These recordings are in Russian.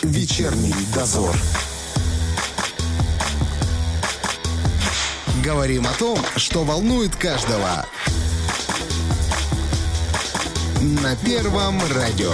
Вечерний дозор. Говорим о том, что волнует каждого. На Первом радио.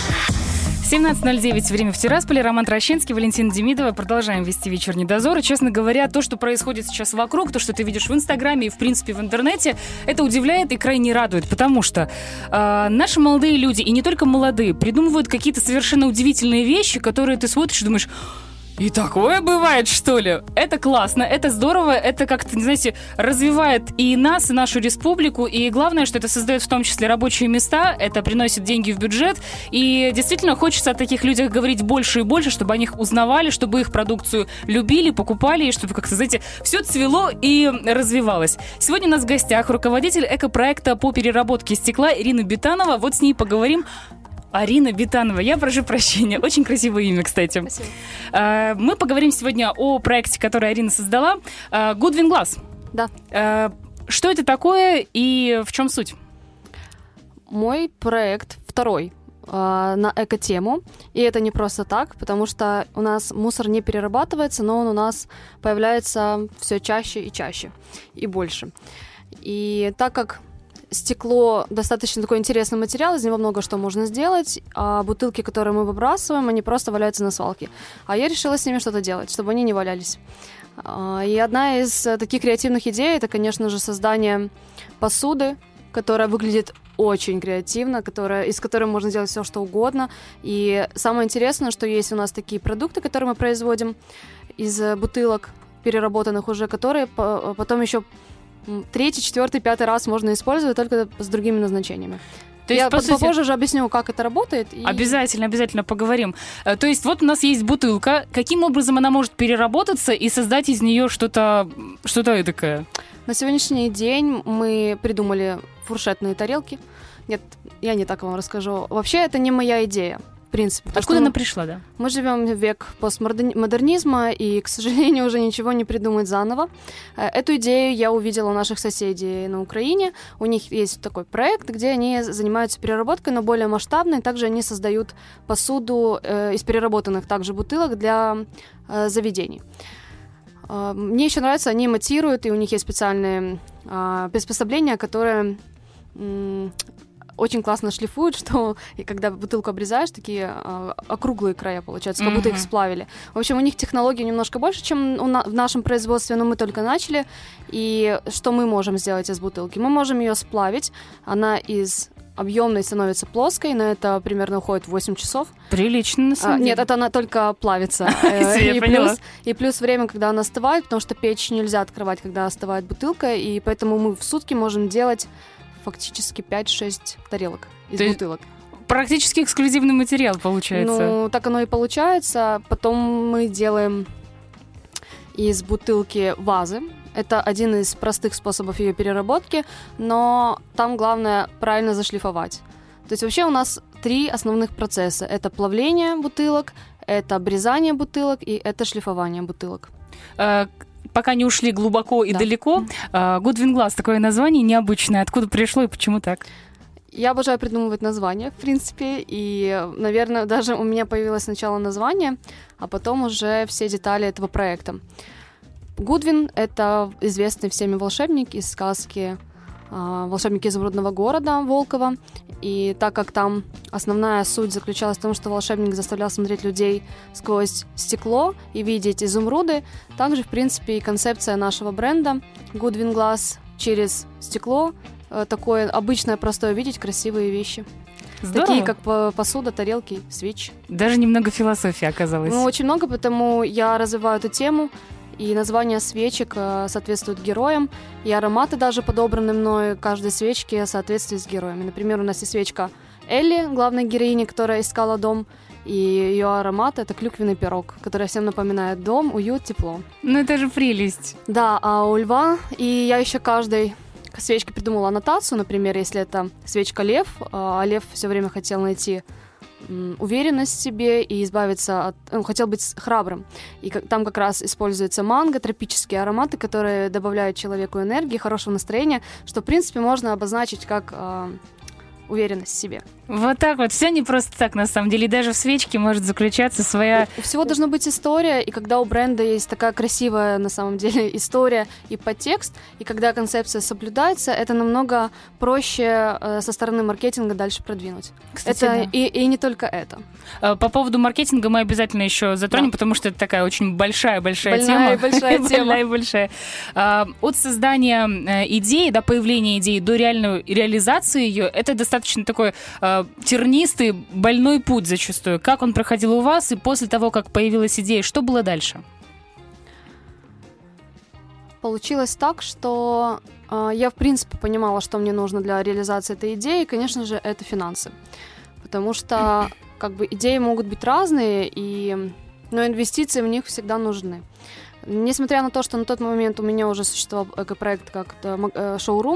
17:09, время в Тирасполе. Роман Трощинский, Валентина Демидова. Продолжаем вести вечерний дозор. И, честно говоря, то, что происходит сейчас вокруг, то, что ты видишь в Инстаграме и, в принципе, в интернете, это удивляет и крайне радует, потому что наши молодые люди, и не только молодые, придумывают какие-то совершенно удивительные вещи, которые ты смотришь и думаешь... И такое бывает, что ли? Это классно, это здорово, это как-то, знаете, развивает и нас, и нашу республику, и главное, что это создает в том числе рабочие места, это приносит деньги в бюджет, и действительно хочется о таких людях говорить больше и больше, чтобы о них узнавали, чтобы их продукцию любили, покупали, и чтобы, как-то, знаете, все цвело и развивалось. Сегодня у нас в гостях руководитель экопроекта по переработке стекла Ирина Битанова. Вот с ней поговорим. Арина Битанова, я прошу прощения, очень красивое имя, кстати. Спасибо. Мы поговорим сегодня о проекте, который Арина создала. Goodwin Glass. Да. Что это такое и в чем суть? Мой проект второй на эко-тему. И это не просто так, потому что у нас мусор не перерабатывается, но он у нас появляется все чаще и чаще, и больше. И так как стекло достаточно такой интересный материал, из него много что можно сделать, а бутылки, которые мы выбрасываем, они просто валяются на свалке. А я решила с ними что-то делать, чтобы они не валялись. И одна из таких креативных идей — это, конечно же, создание посуды, которая выглядит очень креативно, из которой можно сделать все, что угодно. И самое интересное, что есть у нас такие продукты, которые мы производим из бутылок, переработанных уже, которые потом еще 3, 4, 5 раз можно использовать, только с другими назначениями. То есть, я попозже уже объясню, как это работает. Обязательно поговорим. То есть вот у нас есть бутылка. Каким образом она может переработаться и создать из нее что-то эдакое? На сегодняшний день мы придумали фуршетные тарелки. Нет, я не так вам расскажу. Вообще, это не моя идея. В принципе. Откуда она пришла, да? Мы живем в век постмодернизма, и, к сожалению, уже ничего не придумать заново. Эту идею я увидела у наших соседей на Украине. У них есть такой проект, где они занимаются переработкой, но более масштабной. Также они создают посуду из переработанных также бутылок для заведений. Мне еще нравится, они матируют, и у них есть специальные приспособления, которые... очень классно шлифуют, что и когда бутылку обрезаешь, такие округлые края получаются, как будто их сплавили. В общем, у них технологий немножко больше, чем в нашем производстве, но мы только начали. И что мы можем сделать из бутылки? Мы можем ее сплавить, она из объемной становится плоской, на это примерно уходит 8 часов. Прилично, на самом деле. Нет, это она только плавится. И плюс время, когда она остывает, потому что печь нельзя открывать, когда остывает бутылка, и поэтому мы в сутки можем делать фактически 5-6 тарелок из бутылок. Практически эксклюзивный материал получается. Ну, так оно и получается. Потом мы делаем из бутылки вазы. Это один из простых способов ее переработки, но там главное правильно зашлифовать. То есть вообще у нас 3 основных процесса. Это плавление бутылок, это обрезание бутылок и это шлифование бутылок. Пока не ушли глубоко и далеко, Goodwin Glass, такое название необычное. Откуда пришло и почему так? Я обожаю придумывать названия, в принципе, и, наверное, даже у меня появилось сначала название, а потом уже все детали этого проекта. Goodwin — это известный всеми волшебник из сказки «Волшебник изумрудного города» Волкова. И так как там основная суть заключалась в том, что волшебник заставлял смотреть людей сквозь стекло и видеть изумруды, также, в принципе, и концепция нашего бренда Goodwin Glass через стекло, такое обычное, простое, видеть красивые вещи. Здорово. Такие, как посуда, тарелки, свечи. Даже немного философии оказалось. Ну, очень много, потому я развиваю эту тему. И название свечек соответствует героям, и ароматы даже подобраны мной каждой свечке в соответствии с героями. Например, у нас есть свечка Элли, главной героини, которая искала дом, и ее аромат — это клюквенный пирог, который всем напоминает дом, уют, тепло. Ну это же прелесть. Да, а у льва, и я еще каждой свечке придумала аннотацию, например, если это свечка лев, а лев все время хотел найти уверенность в себе и избавиться от... Он хотел быть храбрым. И там как раз используется манго, тропические ароматы, которые добавляют человеку энергии, хорошего настроения, что, в принципе, можно обозначить как уверенность в себе. Вот так вот. Все не просто так, на самом деле. И даже в свечке может заключаться своя... У всего должна быть история, и когда у бренда есть такая красивая, на самом деле, история и подтекст, и когда концепция соблюдается, это намного проще со стороны маркетинга дальше продвинуть. Кстати, это, да. и не только это. По поводу маркетинга мы обязательно еще затронем, потому что это такая очень большая тема. Большая. От создания идеи, до появления идеи, до реальной реализации ее, это достаточно такой тернистый, больной путь зачастую. Как он проходил у вас, и после того, как появилась идея, что было дальше? Получилось так, что я, в принципе, понимала, что мне нужно для реализации этой идеи, и, конечно же, это финансы. Потому что идеи могут быть разные, но инвестиции в них всегда нужны. Несмотря на то, что на тот момент у меня уже существовал эко-проект как шоурум,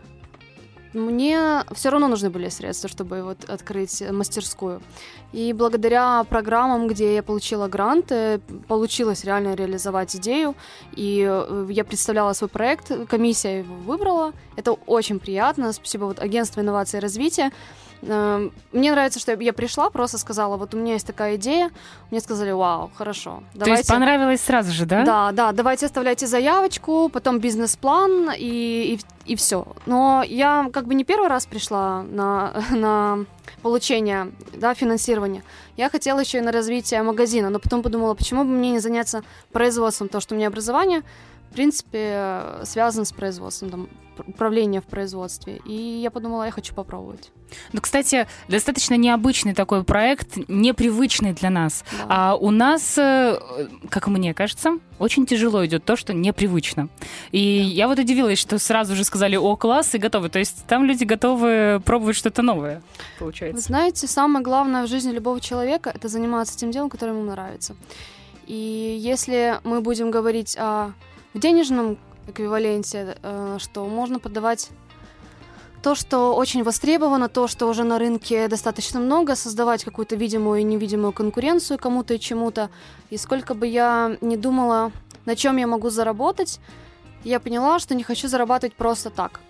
мне все равно нужны были средства, чтобы открыть мастерскую. И благодаря программам, где я получила гранты, получилось реально реализовать идею. И я представляла свой проект, комиссия его выбрала. Это очень приятно. Спасибо агентству инноваций и развития. Мне нравится, что я пришла, просто сказала, у меня есть такая идея. Мне сказали, вау, хорошо. Давайте... То есть понравилось сразу же, да? Да, давайте оставляйте заявочку, потом бизнес-план и все. Но я не первый раз пришла на получение финансирования. Я хотела еще и на развитие магазина, но потом подумала, почему бы мне не заняться производством, потому что у меня образование, в принципе, связано с производством, управление в производстве. И я подумала, я хочу попробовать. Ну, кстати, достаточно необычный такой проект, непривычный для нас. Да. А у нас, как мне кажется, очень тяжело идет то, что непривычно. И я удивилась, что сразу же сказали, класс, и готовы. То есть там люди готовы пробовать что-то новое, получается. Вы знаете, самое главное в жизни любого человека — это заниматься тем делом, которое ему нравится. И если мы будем говорить в денежном эквиваленте, что можно подавать то, что очень востребовано, то, что уже на рынке достаточно много, создавать какую-то видимую и невидимую конкуренцию кому-то и чему-то. И сколько бы я ни думала, на чем я могу заработать, я поняла, что не хочу зарабатывать просто так.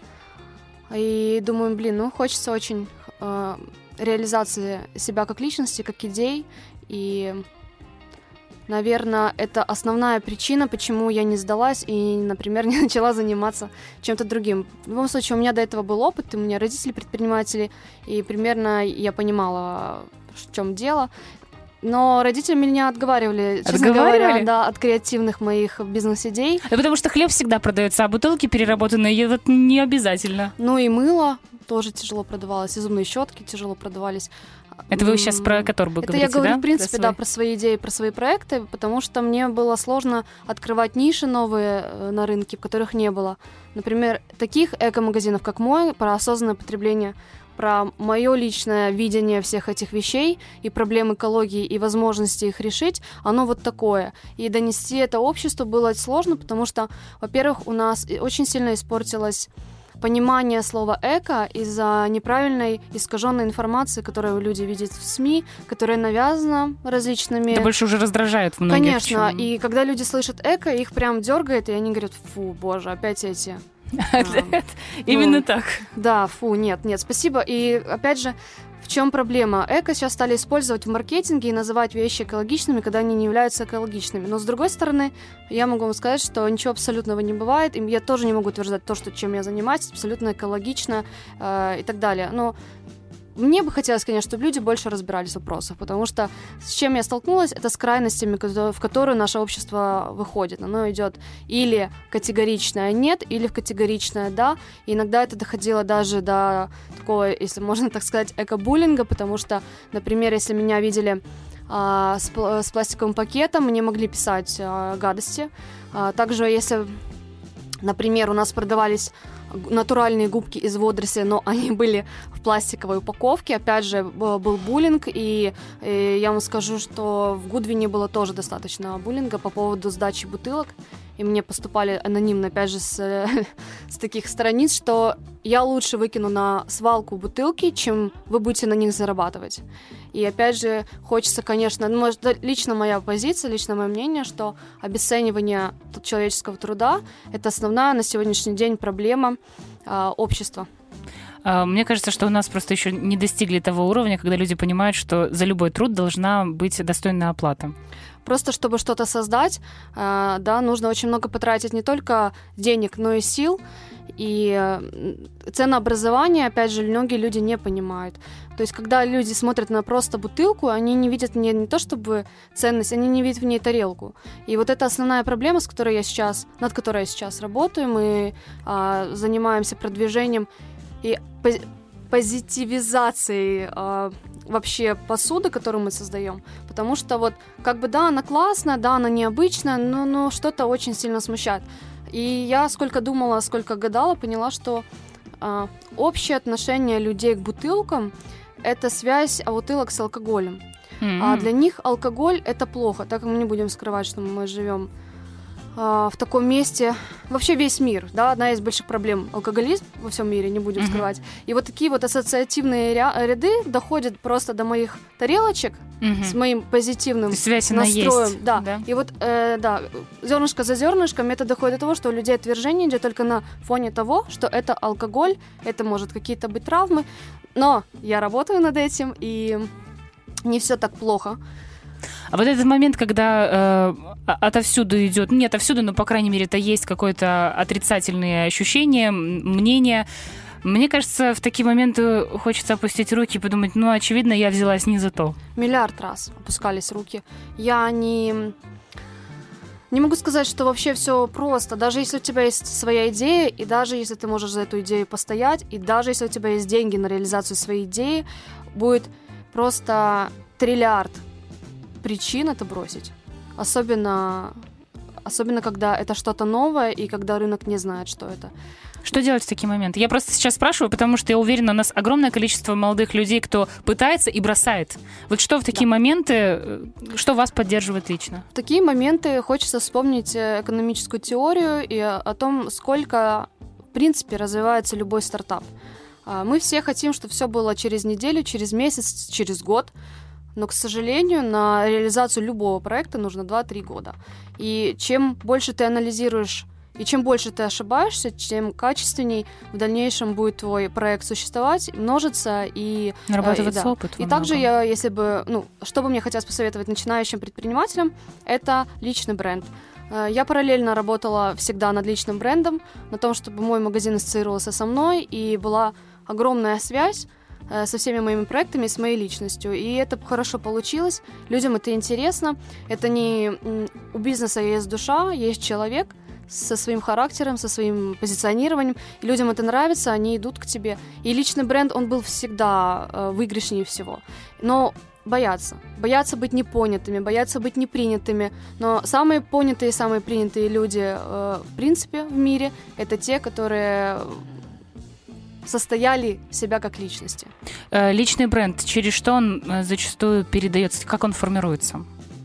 И думаю, хочется очень реализации себя как личности, как идей. И, наверное, это основная причина, почему я не сдалась и, например, не начала заниматься чем-то другим. В любом случае, у меня до этого был опыт, у меня родители предприниматели, и примерно я понимала, в чем дело. Но родители меня отговаривали, честно говоря, от креативных моих бизнес-идей. Да, потому что хлеб всегда продается, а бутылки переработанные не обязательно. Ну и мыло тоже тяжело продавалось, и зубные щетки тяжело продавались. Это вы сейчас про Экоторбу говорите, да? Это я говорю, в принципе, про свои идеи, про свои проекты, потому что мне было сложно открывать ниши новые на рынке, в которых не было. Например, таких эко-магазинов, как мой, про осознанное потребление, про мое личное видение всех этих вещей и проблем экологии и возможности их решить, оно такое. И донести это обществу было сложно, потому что, во-первых, у нас очень сильно испортилось понимание слова «эко» из-за неправильной, искаженной информации, которую люди видят в СМИ, которая навязана различными... Это больше уже раздражает многих. Конечно, и когда люди слышат «эко», их прям дергает, и они говорят, фу, боже, опять эти... Именно так. Да, фу, нет, спасибо. И опять же, в чем проблема? Эко сейчас стали использовать в маркетинге и называть вещи экологичными, когда они не являются экологичными. Но с другой стороны, я могу вам сказать, что ничего абсолютного не бывает, и я тоже не могу утверждать то, что чем я занимаюсь, абсолютно экологично и так далее. Но мне бы хотелось, конечно, чтобы люди больше разбирались в вопросах, потому что с чем я столкнулась, это с крайностями, в которые наше общество выходит. Оно идет или категоричное «нет», или в категоричное «да». И иногда это доходило даже до такого, если можно так сказать, эко-буллинга, потому что, например, если меня видели с пластиковым пакетом, мне могли писать гадости. Также, если, например, у нас продавались натуральные губки из водорослей, но они были в пластиковой упаковке. Опять же, был буллинг, и я вам скажу, что в Гудвине было тоже достаточно буллинга по поводу сдачи бутылок. И мне поступали анонимно, опять же, с таких страниц, что я лучше выкину на свалку бутылки, чем вы будете на них зарабатывать. И опять же, хочется, конечно, лично моя позиция, лично мое мнение, что обесценивание человеческого труда – это основная на сегодняшний день проблема общества. Мне кажется, что у нас просто еще не достигли того уровня, когда люди понимают, что за любой труд должна быть достойная оплата. Просто чтобы что-то создать, да, нужно очень много потратить не только денег, но и сил. И ценообразование, опять же, многие люди не понимают. То есть, когда люди смотрят на просто бутылку, они не видят не то чтобы ценность, они не видят в ней тарелку. И вот это основная проблема, над которой я сейчас работаю. Мы занимаемся продвижением и позитивизацией вообще посуды, которую мы создаем. Потому что вот, как бы, да, она классная, да, она необычная, но что-то очень сильно смущает. И я сколько думала, сколько гадала, поняла, что общее отношение людей к бутылкам – это связь бутылок с алкоголем. А для них алкоголь – это плохо, так как мы не будем скрывать, что мы живем в таком месте. Вообще весь мир, да, одна из больших проблем – алкоголизм во всем мире, не будем скрывать. И вот такие вот ассоциативные ряды доходят просто до моих тарелочек с моим позитивным связь настроем. Есть, да. И вот, да, зернышко за зернышком это доходит до того, что у людей отвержение идет только на фоне того, что это алкоголь, это может какие-то быть травмы. Но я работаю над этим, и не все так плохо. А вот этот момент, когда отовсюду идет, не отовсюду, но, по крайней мере, это есть какое-то отрицательное ощущение, мнение. Мне кажется, в такие моменты хочется опустить руки и подумать, очевидно, я взялась не за то. Миллиард раз опускались руки. Я не могу сказать, что вообще все просто. Даже если у тебя есть своя идея, и даже если ты можешь за эту идею постоять, и даже если у тебя есть деньги на реализацию своей идеи, будет просто триллиард причин это бросить. Особенно когда это что-то новое, и когда рынок не знает, что это. Что делать в такие моменты? Я просто сейчас спрашиваю, потому что я уверена, у нас огромное количество молодых людей, кто пытается и бросает. Вот что в такие моменты, что вас поддерживает лично? В такие моменты хочется вспомнить экономическую теорию и о том, сколько, в принципе, развивается любой стартап. Мы все хотим, чтобы все было через неделю, через месяц, через год. Но, к сожалению, на реализацию любого проекта нужно 2-3 года. И чем больше ты анализируешь и чем больше ты ошибаешься, тем качественней в дальнейшем будет твой проект существовать, множиться и... Нарабатываться опыт. И также я, если бы... что бы мне хотелось посоветовать начинающим предпринимателям, это личный бренд. Я параллельно работала всегда над личным брендом, на том, чтобы мой магазин ассоциировался со мной, и была огромная связь со всеми моими проектами, с моей личностью. И это хорошо получилось. Людям это интересно. Это не... У бизнеса есть душа, есть человек со своим характером, со своим позиционированием. И людям это нравится, они идут к тебе. И личный бренд, он был всегда выигрышнее всего. Но боятся быть непонятыми, боятся быть непринятыми. Но самые понятые, самые принятые люди, в принципе, в мире, это те, которые состояли себя как личности. Личный бренд, через что он зачастую передается, как он формируется?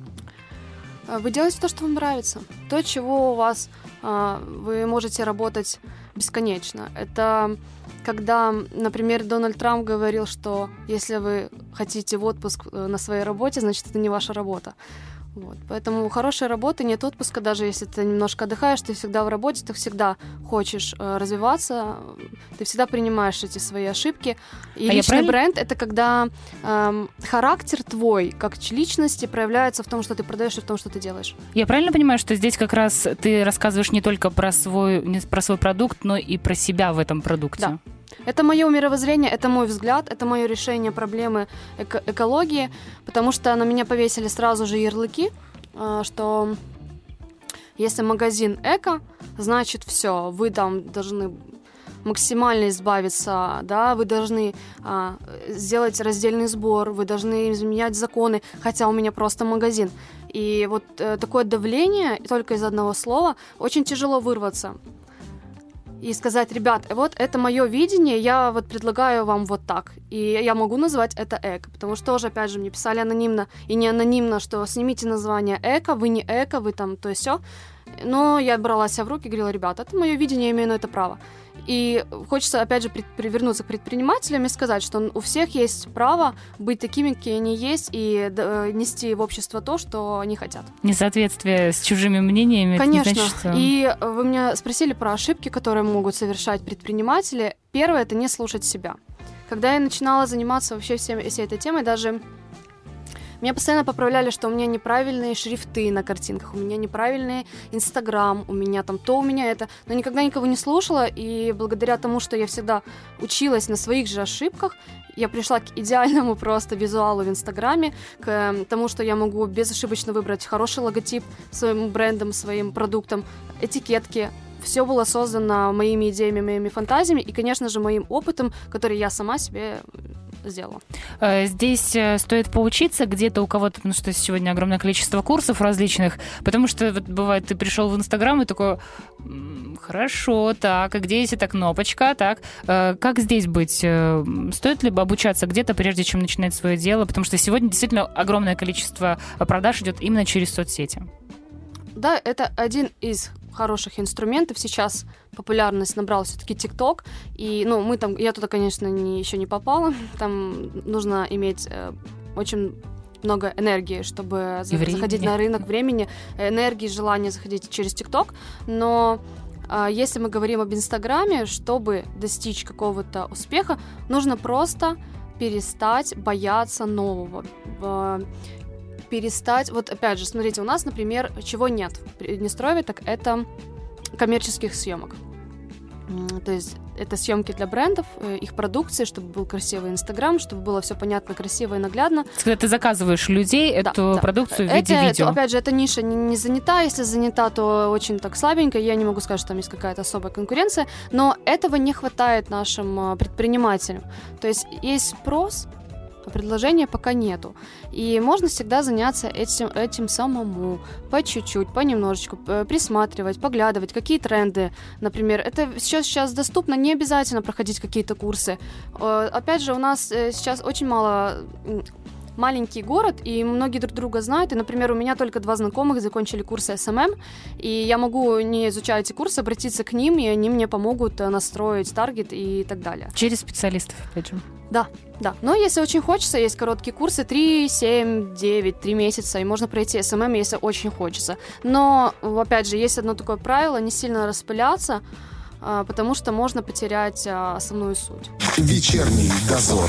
Вы делаете то, что вам нравится. То, чего у вас вы можете работать бесконечно. Это когда, например, Дональд Трамп говорил, что если вы хотите в отпуск на своей работе, значит, это не ваша работа. Вот. Поэтому хорошая работа, нет отпуска, даже если ты немножко отдыхаешь, ты всегда в работе, ты всегда хочешь развиваться, ты всегда принимаешь эти свои ошибки. И личный бренд — это когда характер твой, как личности, проявляется в том, что ты продаешь, и в том, что ты делаешь. Я правильно понимаю, что здесь как раз ты рассказываешь не только про свой продукт, но и про себя в этом продукте? Да. Это мое мировоззрение, это мой взгляд, это мое решение проблемы экологии, потому что на меня повесили сразу же ярлыки, что если магазин эко, значит все, вы там должны максимально избавиться, да, вы должны сделать раздельный сбор, вы должны изменять законы, хотя у меня просто магазин. И вот такое давление только из одного слова, очень тяжело вырваться. И сказать: ребят, вот это мое видение, я вот предлагаю вам вот так. И я могу назвать это эко, потому что тоже, опять же, мне писали анонимно и не анонимно, что снимите название эко, вы не эко, вы там то и сё. Но я брала себя в руки и говорила: ребят, это мое видение, я имею на это право. И хочется, опять же, вернуться к предпринимателям и сказать, что у всех есть право быть такими, какие они есть, и нести в общество то, что они хотят. Несоответствие с чужими мнениями. Конечно. Это не значит, что... И вы меня спросили про ошибки, которые могут совершать предприниматели. Первое — это не слушать себя. Когда я начинала заниматься вообще всей этой темой, даже меня постоянно поправляли, что у меня неправильные шрифты на картинках, у меня неправильный Инстаграм, у меня там то, у меня это. Но никогда никого не слушала, и благодаря тому, что я всегда училась на своих же ошибках, я пришла к идеальному просто визуалу в Инстаграме, к тому, что я могу безошибочно выбрать хороший логотип своим брендом, своим продуктом, этикетки. Все было создано моими идеями, моими фантазиями и, конечно же, моим опытом, который я сама себе сделала. Здесь стоит поучиться где-то у кого-то, потому что сегодня огромное количество курсов различных, потому что вот бывает, ты пришел в Инстаграм и такой, хорошо, так, а где есть эта кнопочка, так, как здесь быть? Стоит ли обучаться где-то, прежде чем начинать свое дело? Потому что сегодня действительно огромное количество продаж идет именно через соцсети. Да, это один из хороших инструментов. Сейчас популярность набрал все-таки ТикТок. И, я туда, конечно, еще не попала. Там нужно иметь очень много энергии, чтобы заходить на рынок, времени, энергии, желания заходить через ТикТок. Но если мы говорим об Инстаграме, чтобы достичь какого-то успеха, нужно просто перестать бояться нового. Перестать... Вот опять же, смотрите, у нас, например, чего нет в Приднестровье, так это коммерческих съемок. То есть это съемки для брендов, их продукции, чтобы был красивый Инстаграм, чтобы было все понятно, красиво и наглядно. Когда ты заказываешь людей эту продукцию в виде видео. Опять же, эта ниша не занята. Если занята, то очень так слабенько. Я не могу сказать, что там есть какая-то особая конкуренция, но этого не хватает нашим предпринимателям. То есть есть спрос, а предложения пока нету. И можно всегда заняться этим самому, по чуть-чуть, понемножечку, присматривать, поглядывать, какие тренды, например. Это сейчас доступно, не обязательно проходить какие-то курсы. Опять же, у нас сейчас очень маленький город, и многие друг друга знают. И, например, у меня только 2 знакомых закончили курсы SMM, и я могу, не изучая эти курсы, обратиться к ним, и они мне помогут настроить таргет и так далее. Через специалистов, опять же. Да. Но если очень хочется, есть короткие курсы, 3, 7, 9, 3 месяца, и можно пройти SMM, если очень хочется. Но, опять же, есть одно такое правило, не сильно распыляться, потому что можно потерять основную суть. Вечерний дозор.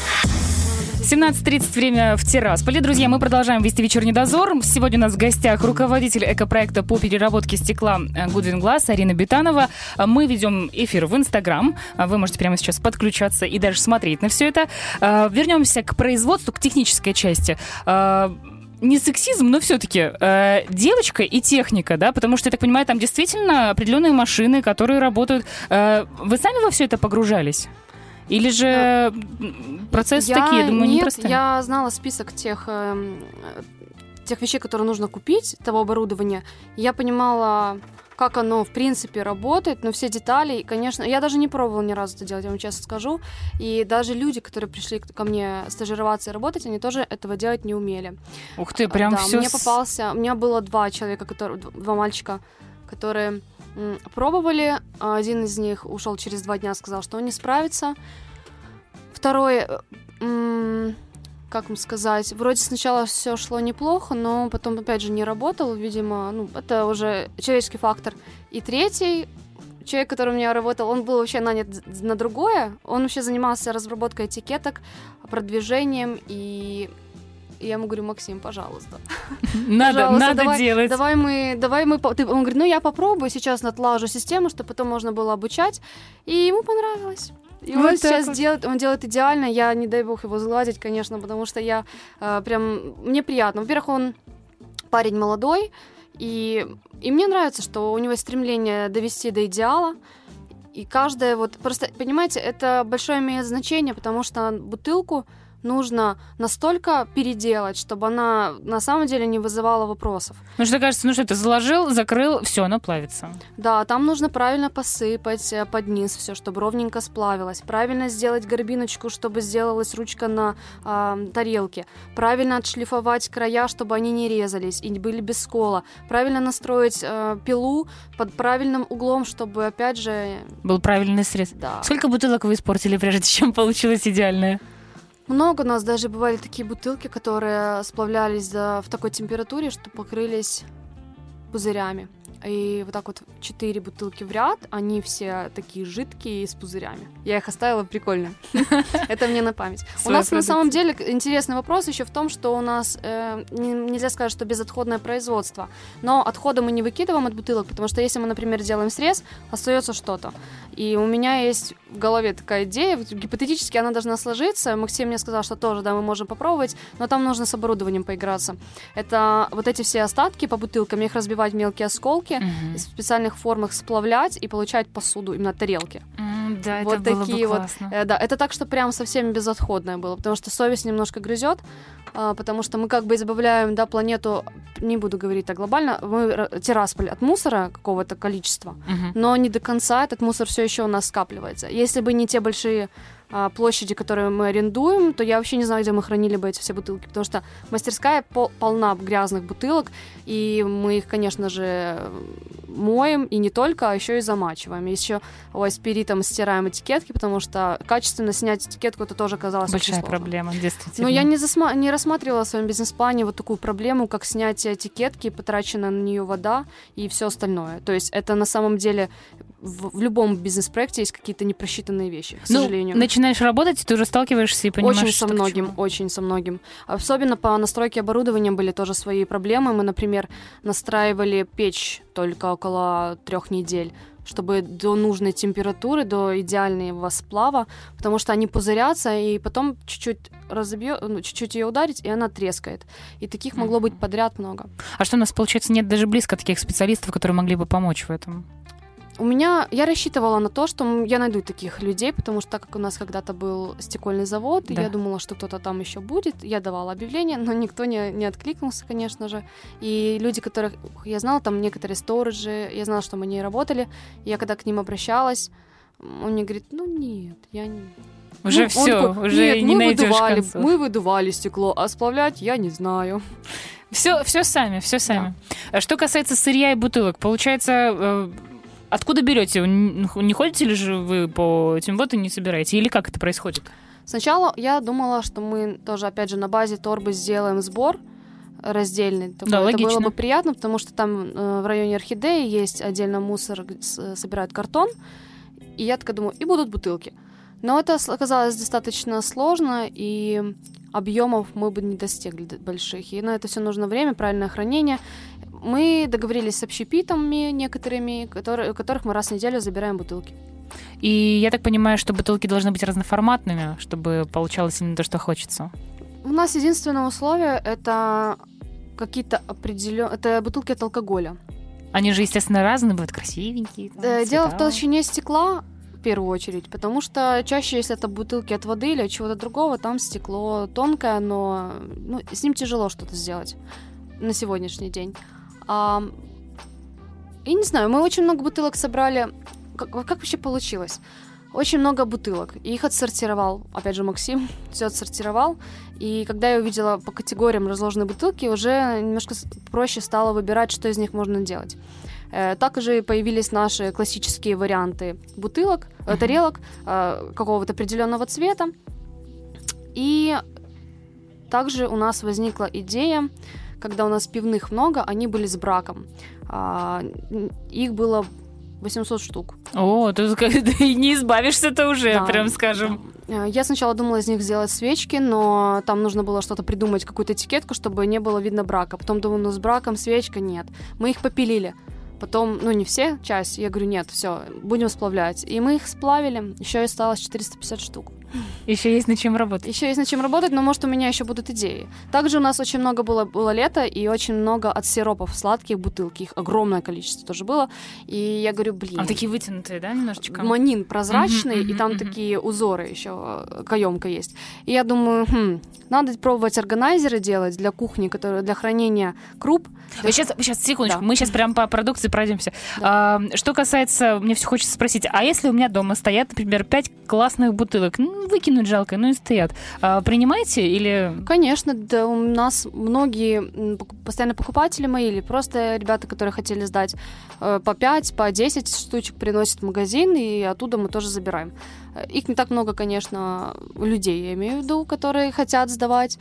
17:30 время в Тирасполе. Друзья, мы продолжаем вести вечерний дозор. Сегодня у нас в гостях руководитель экопроекта по переработке стекла Goodwin Glass Арина Битанова. Мы ведем эфир в Инстаграм. Вы можете прямо сейчас подключаться и даже смотреть на все это. Вернемся к производству, к технической части. Не сексизм, но все-таки девочка и техника, да, потому что, я так понимаю, там действительно определенные машины, которые работают. Вы сами во все это погружались? Или же процессы такие, я думаю, непростые? Я знала список тех вещей, которые нужно купить, того оборудования. Я понимала, как оно, в принципе, работает, но все детали, и, конечно, я даже не пробовала ни разу это делать, я вам честно скажу. И даже люди, которые пришли ко мне стажироваться и работать, они тоже этого делать не умели. Ух ты, прям да, все... У меня было 2 человека, 2 мальчика, которые пробовали. Один из них ушел через 2 дня, сказал, что он не справится. Второй, как вам сказать, вроде сначала все шло неплохо, но потом, опять же, не работал, видимо, это уже человеческий фактор. И третий человек, который у меня работал, он был вообще нанят на другое. Он вообще занимался разработкой этикеток, продвижением, и я ему говорю: Максим, пожалуйста. Надо делать. Давай мы... Он говорит: я попробую, сейчас надлажу систему, чтобы потом можно было обучать. И ему понравилось. И он сейчас делает идеально. Я, не дай бог, его сгладить, конечно, потому что я мне приятно. Во-первых, он парень молодой, и мне нравится, что у него есть стремление довести до идеала. И каждая просто, понимаете, это большое имеет значение, потому что бутылку нужно настолько переделать, чтобы она на самом деле не вызывала вопросов. Ну что кажется, ты заложил, закрыл, все, оно плавится. Да, там нужно правильно посыпать под низ все, чтобы ровненько сплавилось. Правильно сделать горбиночку, чтобы сделалась ручка на тарелке. Правильно отшлифовать края, чтобы они не резались и были без скола. Правильно настроить пилу под правильным углом, чтобы, опять же... Был правильный срез. Да. Сколько бутылок вы испортили, прежде чем получилось идеальное? Много у нас даже бывали такие бутылки, которые сплавлялись в такой температуре, что покрылись пузырями. И вот так вот 4 бутылки в ряд, они все такие жидкие и с пузырями. Я их оставила, прикольно. Это мне на память. У нас на самом деле интересный вопрос еще в том, что у нас нельзя сказать, что безотходное производство, но отходы мы не выкидываем от бутылок, потому что если мы, например, делаем срез, остается что-то. И у меня есть в голове такая идея, гипотетически она должна сложиться. Максим мне сказал, что тоже, да, мы можем попробовать, но там нужно с оборудованием поиграться. Это вот эти все остатки по бутылкам, их разбивать в мелкие осколки, в специальных формах сплавлять и получать посуду, именно тарелки. Да, вот это было такие бы классно. Вот, да, это так, что прям совсем безотходное было, потому что совесть немножко грызет, потому что мы как бы избавляем, да, планету, не буду говорить так глобально, мы Тирасполь от мусора какого-то количества, но не до конца этот мусор все еще у нас скапливается. Если бы не те большие площади, которые мы арендуем, то я вообще не знаю, где мы хранили бы эти все бутылки, потому что мастерская полна грязных бутылок, и мы их, конечно же, моем, и не только, а еще и замачиваем. Еще спиритом стираем этикетки, потому что качественно снять этикетку это тоже казалось большая очень сложно. Проблема, действительно. Но я не рассматривала в своем бизнес-плане вот такую проблему, как снятие этикетки, потраченная на нее вода и все остальное. То есть это на самом деле в любом бизнес-проекте есть какие-то непросчитанные вещи, к сожалению. Начинаешь работать, ты уже сталкиваешься и понимаешь, очень со многим. Особенно по настройке оборудования были тоже свои проблемы. Мы, например, настраивали печь только около 3 недель, чтобы до нужной температуры, до идеального сплава, потому что они пузырятся, и потом чуть-чуть чуть-чуть ее ударить, и она трескает. И таких могло быть подряд много. А что у нас, получается, нет даже близко таких специалистов, которые могли бы помочь в этом? Я рассчитывала на то, что я найду таких людей, потому что так как у нас когда-то был стекольный завод, да. Я думала, что кто-то там еще будет. Я давала объявление, но никто не откликнулся, конечно же. И люди, которых я знала, там некоторые сториджи, я знала, что мы не работали. Я когда к ним обращалась, он мне говорит, нет, я не... Уже все, такой, уже не найдешь концов. Мы выдували стекло, а сплавлять я не знаю. Все сами. Да. Что касается сырья и бутылок, получается... Откуда берете? Не ходите ли же вы по этим вот и не собираете? Или как это происходит? Сначала я думала, что мы тоже, опять же, на базе торбы сделаем сбор раздельный. Да, логично. Это было бы приятно, потому что там в районе Орхидеи есть отдельно мусор, собирают картон. И я такая думаю, и будут бутылки. Но это оказалось достаточно сложно, и объемов мы бы не достигли больших. И на это все нужно время, правильное хранение. Мы договорились с общепитами некоторыми, которых мы раз в неделю забираем бутылки. И я так понимаю, что бутылки должны быть разноформатными, чтобы получалось именно то, что хочется. У нас единственное условие — это какие-то определенные... Это бутылки от алкоголя. Они же, естественно, разные, бывают красивенькие. Дело в толщине стекла, в первую очередь, потому что чаще, если это бутылки от воды или от чего-то другого, там стекло тонкое, но с ним тяжело что-то сделать на сегодняшний день. Я не знаю, мы очень много бутылок собрали. Как вообще получилось? Очень много бутылок. И их отсортировал, опять же, Максим, все отсортировал. И когда я увидела по категориям разложенные бутылки, уже немножко проще стало выбирать, что из них можно делать. Также появились наши классические варианты бутылок, тарелок какого-то определенного цвета. И также у нас возникла идея, когда у нас пивных много, они были с браком. Их было 800 штук. О, тут не избавишься-то уже, да, прям скажем. Да. Я сначала думала из них сделать свечки, но там нужно было что-то придумать, какую-то этикетку, чтобы не было видно брака. Потом думаю, с браком свечка нет. Мы их попилили. Потом, не все, часть. Я говорю, нет, все, будем сплавлять. И мы их сплавили. Еще осталось 450 штук. Еще есть над чем работать. Еще есть над чем работать, но, может, у меня еще будут идеи. Также у нас очень много было лето, и очень много от сиропов сладких бутылки. Их огромное количество тоже было. И я говорю, блин. А такие вытянутые, да, немножечко? Манин прозрачный, и там такие узоры еще, каемка есть. И я думаю, надо пробовать органайзеры делать для кухни, которые для хранения круп. Сейчас, секундочку, Да. мы сейчас прям по продукции пройдемся. Да. Что касается, мне все хочется спросить, а если у меня дома стоят, например, 5 классных бутылок, выкинуть жалко, и стоят, принимаете или... Конечно, да, у нас многие постоянные покупатели мои или просто ребята, которые хотели сдать, по 5, по 10 штучек приносят в магазин, и оттуда мы тоже забираем. Их не так много, конечно, людей, я имею в виду, которые хотят сдавать,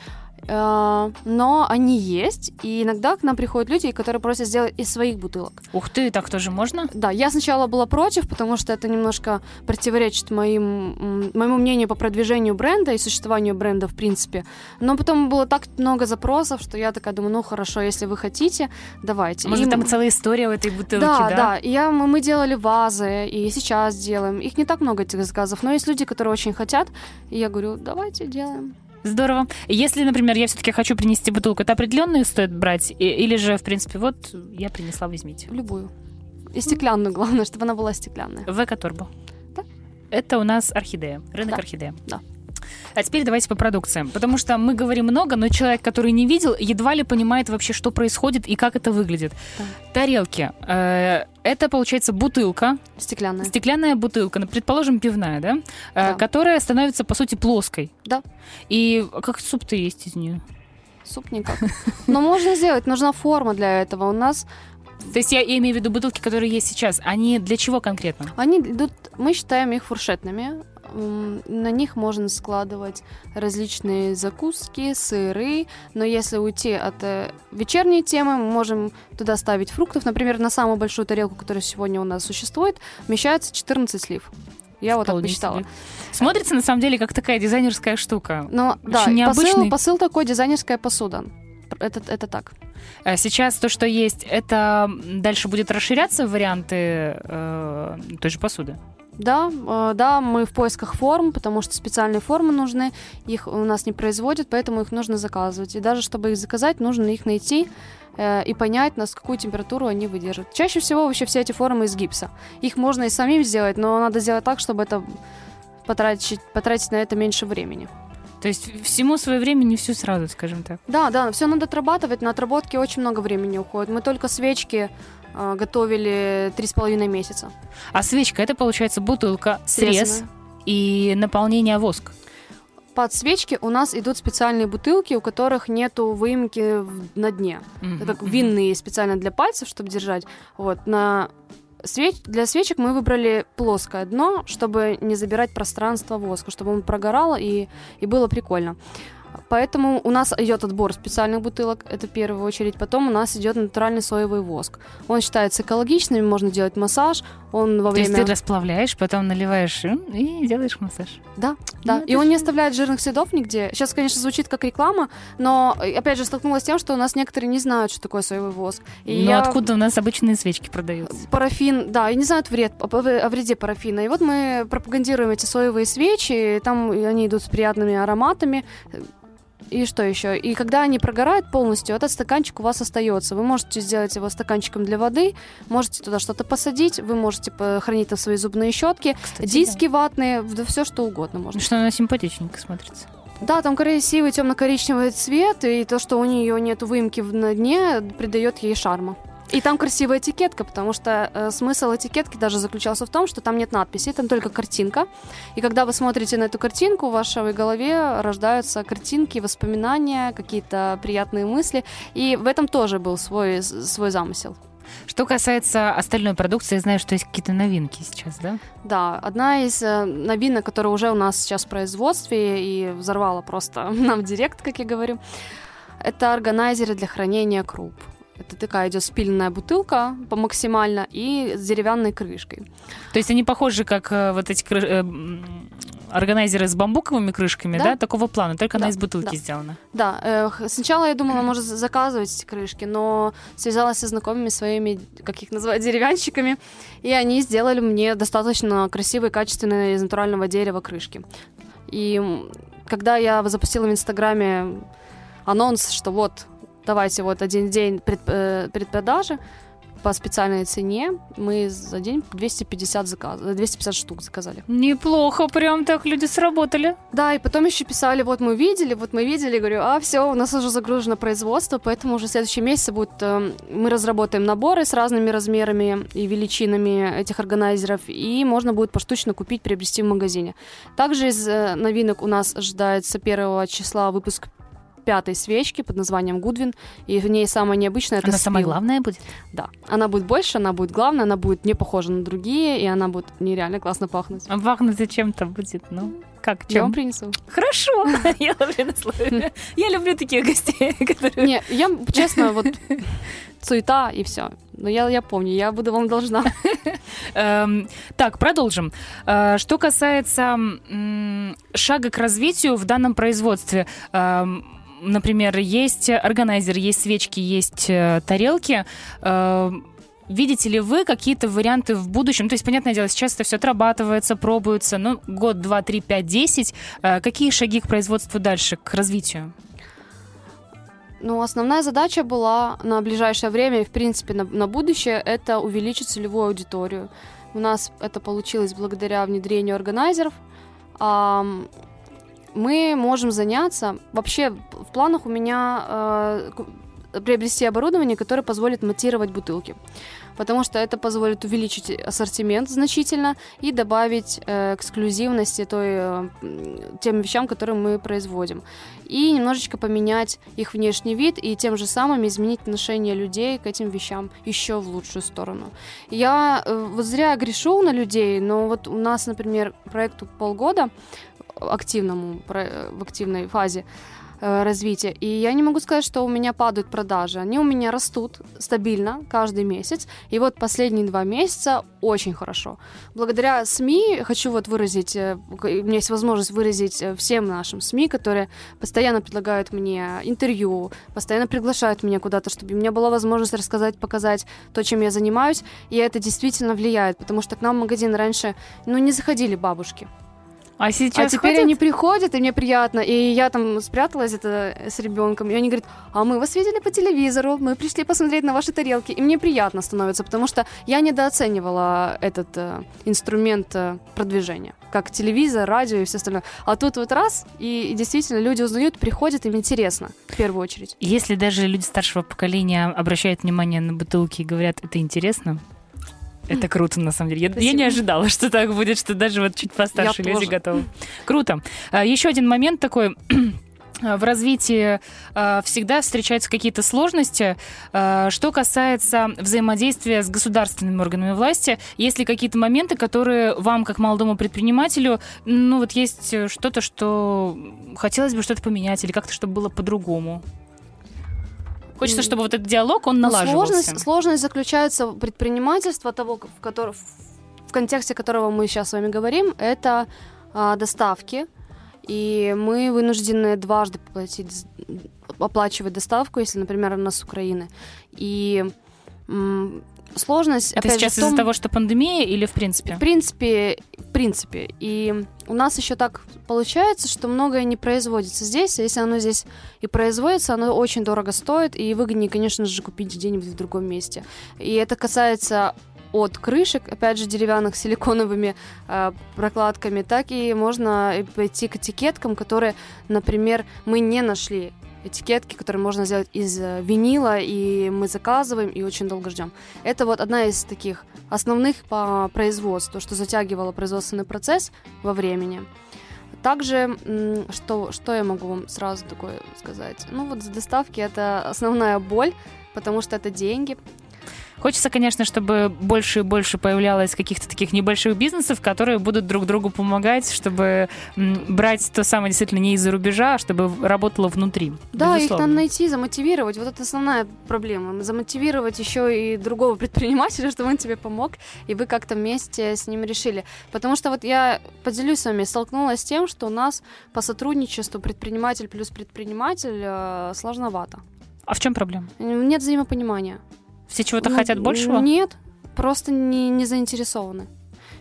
но они есть, и иногда к нам приходят люди, которые просят сделать из своих бутылок. Ух ты, так тоже можно? Да, я сначала была против, потому что это немножко противоречит моему мнению по продвижению бренда и существованию бренда в принципе. Но потом было так много запросов, что я такая думаю, хорошо, если вы хотите, давайте. Может, И там целая история в этой бутылке, да? да? Да, и мы делали вазы, и сейчас делаем. Их не так много, этих заказов, но есть люди, которые очень хотят, и я говорю, давайте делаем. Здорово. Если, например, я все-таки хочу принести бутылку, это определенную стоит брать? Или же, в принципе, вот я принесла, возьмите? Любую. И стеклянную, главное, чтобы она была стеклянная. В Экоторбо. Да. Это у нас орхидея, рынок Да. орхидея. Да. А теперь давайте по продукциям. Потому что мы говорим много, но человек, который не видел, едва ли понимает вообще, что происходит и как это выглядит. Да. Тарелки. Это, получается, бутылка, Стеклянная. стеклянная бутылка, предположим, пивная, да? Да. Которая становится, по сути, плоской. Да. И как суп-то есть из нее? Суп никак. Но можно сделать, нужна форма для этого. У нас То есть я имею в виду бутылки, которые есть сейчас. Они для чего конкретно? они идут, мы считаем их фуршетными. На них можно складывать различные закуски, сыры, но если уйти от вечерней темы, мы можем туда ставить фруктов. Например, на самую большую тарелку, которая сегодня у нас существует, вмещается 14 слив. Я вот так Вполне посчитала. себе. Смотрится, на самом деле, как такая дизайнерская штука. Но да, Очень необычный. посыл такой, дизайнерская посуда. Это так. А сейчас то, что есть, это дальше будет расширяться в варианты той же посуды? Да, мы в поисках форм, потому что специальные формы нужны, их у нас не производят, поэтому их нужно заказывать. И даже чтобы их заказать, нужно их найти и понять, на какую температуру они выдержат. Чаще всего вообще все эти формы из гипса. Их можно и самим сделать, но надо сделать так, чтобы это потратить на это меньше времени. То есть всему свое время, не все сразу, скажем так. Да, все надо отрабатывать, на отработке очень много времени уходит. Мы только свечки готовили 3,5 месяца. А свечка, это, получается, бутылка, срез Срезанная. и наполнение воск. Под свечки у нас идут специальные бутылки, у которых нету выемки на дне. Это как винные специально для пальцев, чтобы держать. Вот, для свечек мы выбрали плоское дно, чтобы не забирать пространство воска, чтобы он прогорал и было прикольно. Поэтому у нас идет отбор специальных бутылок, это в первую очередь. Потом у нас идет натуральный соевый воск. Он считается экологичным, можно делать массаж. Он во То время... есть ты расплавляешь, потом наливаешь и делаешь массаж. Да. Ну, И он не оставляет жирных следов нигде. Сейчас, конечно, звучит как реклама, но, опять же, столкнулась с тем, что у нас некоторые не знают, что такое соевый воск. И откуда у нас обычные свечки продаются? Парафин, да, и не знают о вреде парафина. И вот мы пропагандируем эти соевые свечи, там они идут с приятными ароматами. И что еще? И когда они прогорают полностью, этот стаканчик у вас остается. Вы можете сделать его стаканчиком для воды, можете туда что-то посадить, вы можете хранить там свои зубные щетки, Кстати, диски ватные, да все что угодно можно. Что она симпатичненько смотрится. Да, там красивый темно-коричневый цвет, и то, что у нее нет выемки на дне, придает ей шарма. И там красивая этикетка, потому что смысл этикетки даже заключался в том, что там нет надписи, там только картинка. И когда вы смотрите на эту картинку, в вашей голове рождаются картинки, воспоминания, какие-то приятные мысли. И в этом тоже был свой замысел. Что касается остальной продукции, я знаю, что есть какие-то новинки сейчас, да? Да, одна из новинок, которая уже у нас сейчас в производстве и взорвала просто нам директ, как я говорю, это органайзеры для хранения круп. Это такая идет спиленная бутылка максимально и с деревянной крышкой. То есть они похожи, как вот эти органайзеры с бамбуковыми крышками, да? Такого плана, только она из бутылки сделана. Да, сначала я думала, может заказывать эти крышки, но связалась со знакомыми своими, как их называют, деревянщиками, и они сделали мне достаточно красивые, качественные из натурального дерева крышки. И когда я запустила в Инстаграме анонс, что вот, давайте вот один день предпродажи по специальной цене, мы за день 250 штук заказали. Неплохо, прям так люди сработали. Да, и потом еще писали, вот мы видели, говорю, все, у нас уже загружено производство, поэтому уже в следующем месяце мы разработаем наборы с разными размерами и величинами этих органайзеров, и можно будет поштучно купить, приобрести в магазине. Также из новинок у нас ожидается 1 числа выпуск 5-й свечки под названием Гудвин, и в ней самое необычное — это Она самая главная будет? Да. Она будет больше, она будет главная, она будет не похожа на другие, и она будет нереально классно пахнуть. А пахнуть чем-то будет, как, чем? Я вам принесу. Хорошо, я ловлю на слове. Я люблю таких гостей, которые... Не, я, честно, вот суета и все. Но я помню, я буду вам должна. Так, продолжим. Что касается шага к развитию в данном производстве, например, есть органайзер, есть свечки, есть тарелки. Видите ли вы какие-то варианты в будущем? То есть, понятное дело, сейчас это все отрабатывается, пробуется, год, 2, 3, 5, 10. Какие шаги к производству дальше, к развитию? Основная задача была на ближайшее время и, в принципе, на будущее — это увеличить целевую аудиторию. У нас это получилось благодаря внедрению органайзеров. Мы можем заняться... Вообще, в планах у меня приобрести оборудование, которое позволит матировать бутылки. Потому что это позволит увеличить ассортимент значительно и добавить эксклюзивности тем вещам, которые мы производим. И немножечко поменять их внешний вид и тем же самым изменить отношение людей к этим вещам еще в лучшую сторону. Я вот зря грешу на людей, но вот у нас, например, проекту полгода в активной фазе развития. И я не могу сказать, что у меня падают продажи. Они у меня растут стабильно каждый месяц. И вот последние 2 месяца очень хорошо. Благодаря СМИ хочу выразить, у меня есть возможность выразить всем нашим СМИ, которые постоянно предлагают мне интервью, постоянно приглашают меня куда-то, чтобы у меня была возможность рассказать, показать то, чем я занимаюсь. И это действительно влияет, потому что к нам в магазин раньше не заходили бабушки. А сейчас теперь ходят? Они приходят, и мне приятно. И я там спряталась с ребенком, и они говорят, мы вас видели по телевизору, мы пришли посмотреть на ваши тарелки. И мне приятно становится, потому что я недооценивала этот инструмент продвижения, как телевизор, радио и все остальное. А тут раз, и действительно люди узнают, приходят, им интересно, в первую очередь. Если даже люди старшего поколения обращают внимание на бутылки и говорят, это интересно... Это круто, на самом деле. Я не ожидала, что так будет, что даже чуть постарше люди готовы. Круто. Еще один момент такой. В развитии всегда встречаются какие-то сложности. Что касается взаимодействия с государственными органами власти, есть ли какие-то моменты, которые вам, как молодому предпринимателю, есть что-то, что хотелось бы что-то поменять или как-то, чтобы было по-другому? Хочется, чтобы этот диалог, он налаживался. Сложность заключается в предпринимательстве, в контексте которого мы сейчас с вами говорим, это доставки. И мы вынуждены дважды оплачивать доставку, если, например, она с Украины. И сложность... Это сейчас из-за того, что пандемия или в принципе? В принципе. И у нас еще так получается, что многое не производится здесь. А если оно здесь и производится, оно очень дорого стоит. И выгоднее, конечно же, купить где-нибудь в другом месте. И это касается от крышек, опять же, деревянных, силиконовыми прокладками, так и можно пойти к этикеткам, которые, например, мы не нашли. Этикетки, которые можно сделать из винила, и мы заказываем и очень долго ждем. Это одна из таких основных по производству, что затягивало производственный процесс во времени. Также, что я могу вам сразу такое сказать? С доставки это основная боль, потому что это деньги. Хочется, конечно, чтобы больше и больше появлялось каких-то таких небольших бизнесов, которые будут друг другу помогать, чтобы брать то самое действительно не из-за рубежа, а чтобы работало внутри. Да, безусловно. Их надо найти, замотивировать. Вот это основная проблема. Замотивировать еще и другого предпринимателя, чтобы он тебе помог, и вы как-то вместе с ним решили. Потому что я поделюсь с вами, столкнулась с тем, что у нас по сотрудничеству предприниматель плюс предприниматель сложновато. А в чем проблема? Нет взаимопонимания. Все чего-то хотят большего? Нет, просто не заинтересованы.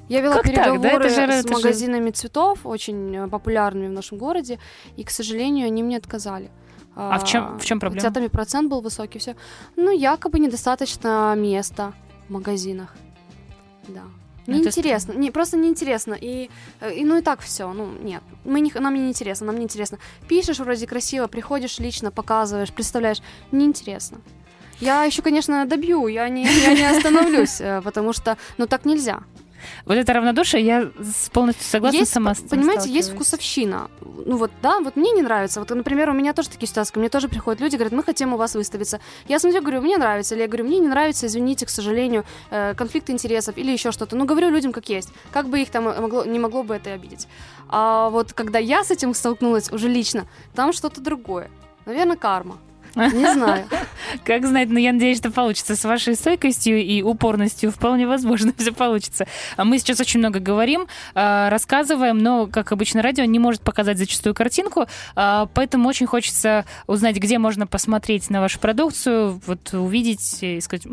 Я вела Как так, да? переговоры Это с магазинами цветов, очень популярными в нашем городе, и, к сожалению, они мне отказали. А в чем проблема? Цветами процент был высокий, все. Якобы недостаточно места в магазинах. Да. Неинтересно. Просто неинтересно. И так все. Нет. Нам не интересно, нам не интересно. Пишешь вроде красиво, приходишь лично, показываешь, представляешь. Неинтересно. Я еще, конечно, добью, я не остановлюсь, потому что, так нельзя. Вот это равнодушие, я полностью согласна сама с этим. Понимаете, есть вкусовщина. Мне не нравится. Вот, например, у меня тоже такие ситуации, ко мне тоже приходят люди, говорят, мы хотим у вас выставиться. Я смотрю, говорю, мне нравится. Или я говорю, мне не нравится, извините, к сожалению, конфликт интересов или еще что-то. Говорю людям как есть. Как бы их там не могло бы это обидеть. А вот когда я с этим столкнулась уже лично, там что-то другое. Наверное, карма. Не знаю. Как знать, но я надеюсь, что получится. С вашей стойкостью и упорностью вполне возможно все получится. Мы сейчас очень много говорим, рассказываем, но, как обычно, радио не может показать зачастую картинку, поэтому очень хочется узнать, где можно посмотреть на вашу продукцию, увидеть и сказать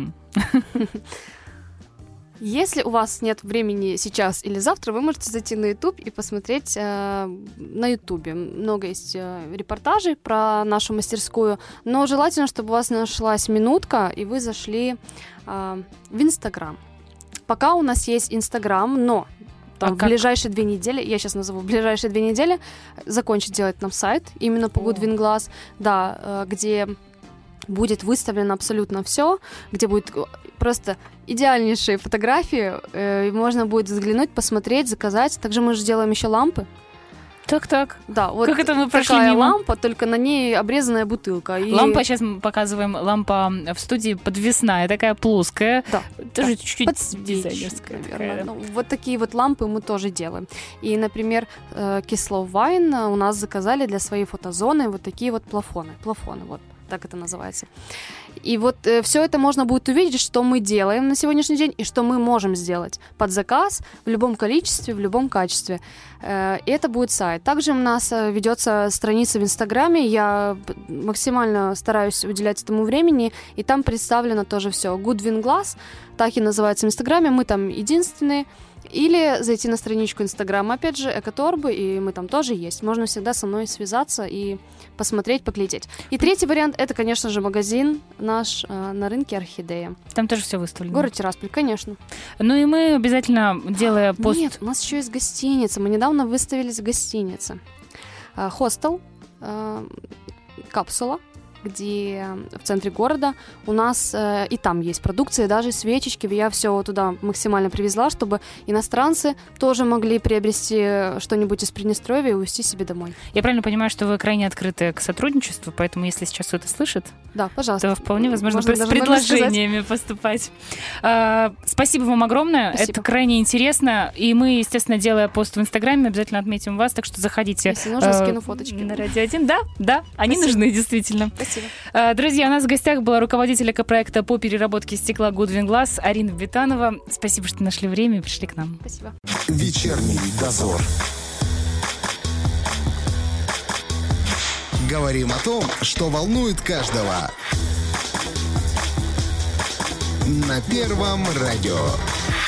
Если у вас нет времени сейчас или завтра, вы можете зайти на YouTube и посмотреть на YouTube. Много есть репортажей про нашу мастерскую, но желательно, чтобы у вас нашлась минутка, и вы зашли в Instagram. Пока у нас есть Instagram, но в ближайшие 2 недели, я сейчас назову, в ближайшие 2 недели закончить делать нам сайт, именно по Goodwin Glass, где будет выставлено абсолютно все, где будет просто идеальнейшие фотографии, можно будет взглянуть, посмотреть, заказать. Также мы же делаем еще лампы. Так. Да, вот как это мы прошли такая мимо? лампа, только на ней обрезанная бутылка. Лампа, сейчас мы показываем, лампа в студии подвесная, такая плоская. Да. Тоже чуть-чуть дизайнерская. Наверное. Вот такие вот лампы мы тоже делаем. И, например, Кислов Вайн у нас заказали для своей фотозоны вот такие вот плафоны. Плафоны, вот так это называется. И вот все это можно будет увидеть, что мы делаем на сегодняшний день и что мы можем сделать под заказ в любом количестве, в любом качестве. И это будет сайт. Также у нас ведется страница в Инстаграме. Я максимально стараюсь уделять этому времени, и там представлено тоже все. Goodwin Glass, так и называется в Инстаграме. Мы там единственные. Или зайти на страничку Инстаграма, опять же, Экоторбы, и мы там тоже есть. Можно всегда со мной связаться и посмотреть, поглядеть. И третий вариант, это, конечно же, магазин наш на рынке Орхидея. Там тоже все выставлено. Город Тирасполь, конечно. Ну и мы обязательно, делая пост... Нет, у нас еще есть гостиница. Мы недавно выставились в гостинице. Хостел, капсула, где в центре города у нас и там есть продукция, даже свечечки. Я все туда максимально привезла, чтобы иностранцы тоже могли приобрести что-нибудь из Приднестровья и увезти себе домой. Я правильно понимаю, что вы крайне открыты к сотрудничеству, поэтому если сейчас кто-то слышит, да, пожалуйста, то вполне возможно с предложениями поступать. Спасибо вам огромное. Спасибо. Это крайне интересно. И мы, естественно, делая пост в Инстаграме, обязательно отметим вас, так что заходите. Если нужно, скину фоточки. На Радио 1. Да, они нужны, действительно. Спасибо. Друзья, у нас в гостях была руководитель экопроекта по переработке стекла Goodwin Glass Арина Битанова. Спасибо, что нашли время и пришли к нам. Спасибо. Вечерний дозор. Говорим о том, что волнует каждого. На Первом радио.